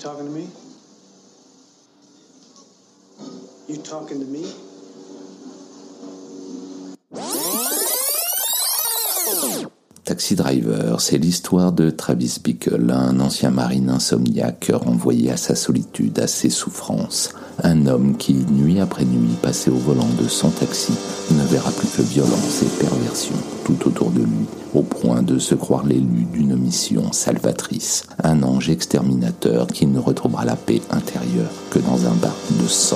talking to me? You talking to me? Taxi Driver, c'est l'histoire de Travis Bickle, un ancien marine insomniaque renvoyé à sa solitude, à ses souffrances. Un homme qui, nuit après nuit, passé au volant de son taxi, ne verra plus que violence et perversion tout autour de lui, au point de se croire l'élu d'une mission salvatrice. Un ange exterminateur qui ne retrouvera la paix intérieure que dans un bain de sang.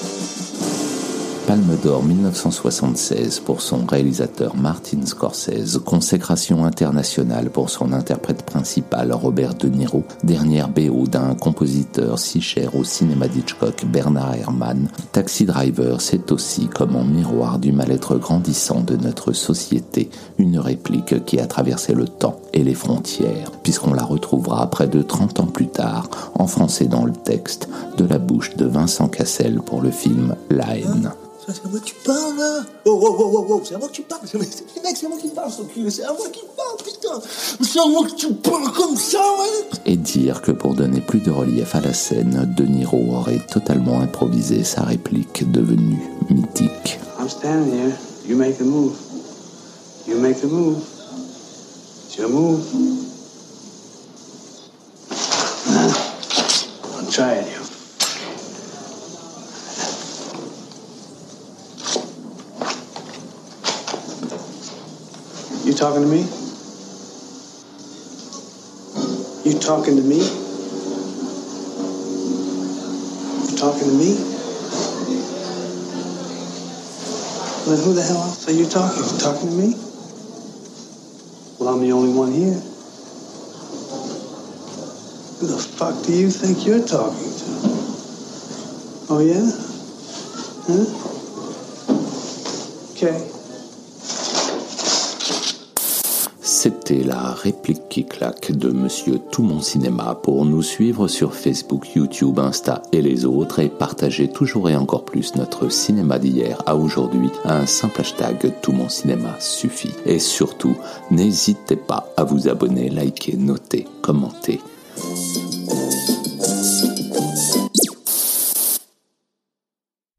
Palme d'Or 1976 pour son réalisateur Martin Scorsese, consécration internationale pour son interprète principal Robert De Niro, dernière BO d'un compositeur si cher au cinéma d'Hitchcock, Bernard Herrmann. Taxi Driver, c'est aussi comme en miroir du mal-être grandissant de notre société, une réplique qui a traversé le temps et les frontières, puisqu'on la retrouvera près de 30 ans plus tard, en français dans le texte, de la bouche de Vincent Cassel pour le film La haine. C'est à moi que tu parles, là. Oh, c'est à moi que tu parles. Mec, c'est à moi qui parle, son cul. C'est à moi qui parle, putain. C'est à moi que tu parles comme ça, ouais. Et dire que pour donner plus de relief à la scène, De Niro aurait totalement improvisé sa réplique devenue mythique. I'm standing here. You make the move. You make the move. It's your move. I'm trying you. You talking to me? You talking to me? You talking to me? Then who the hell else are you talking? You talking to me? Well, I'm the only one here. Who the fuck do you think you're talking to? Oh yeah? Huh? Okay. C'était la réplique qui claque de Monsieur Tout Mon Cinéma. Pour nous suivre sur Facebook, YouTube, Insta et les autres et partager toujours et encore plus notre cinéma d'hier à aujourd'hui, un simple hashtag Tout Mon Cinéma suffit. Et surtout, n'hésitez pas à vous abonner, liker, noter, commenter.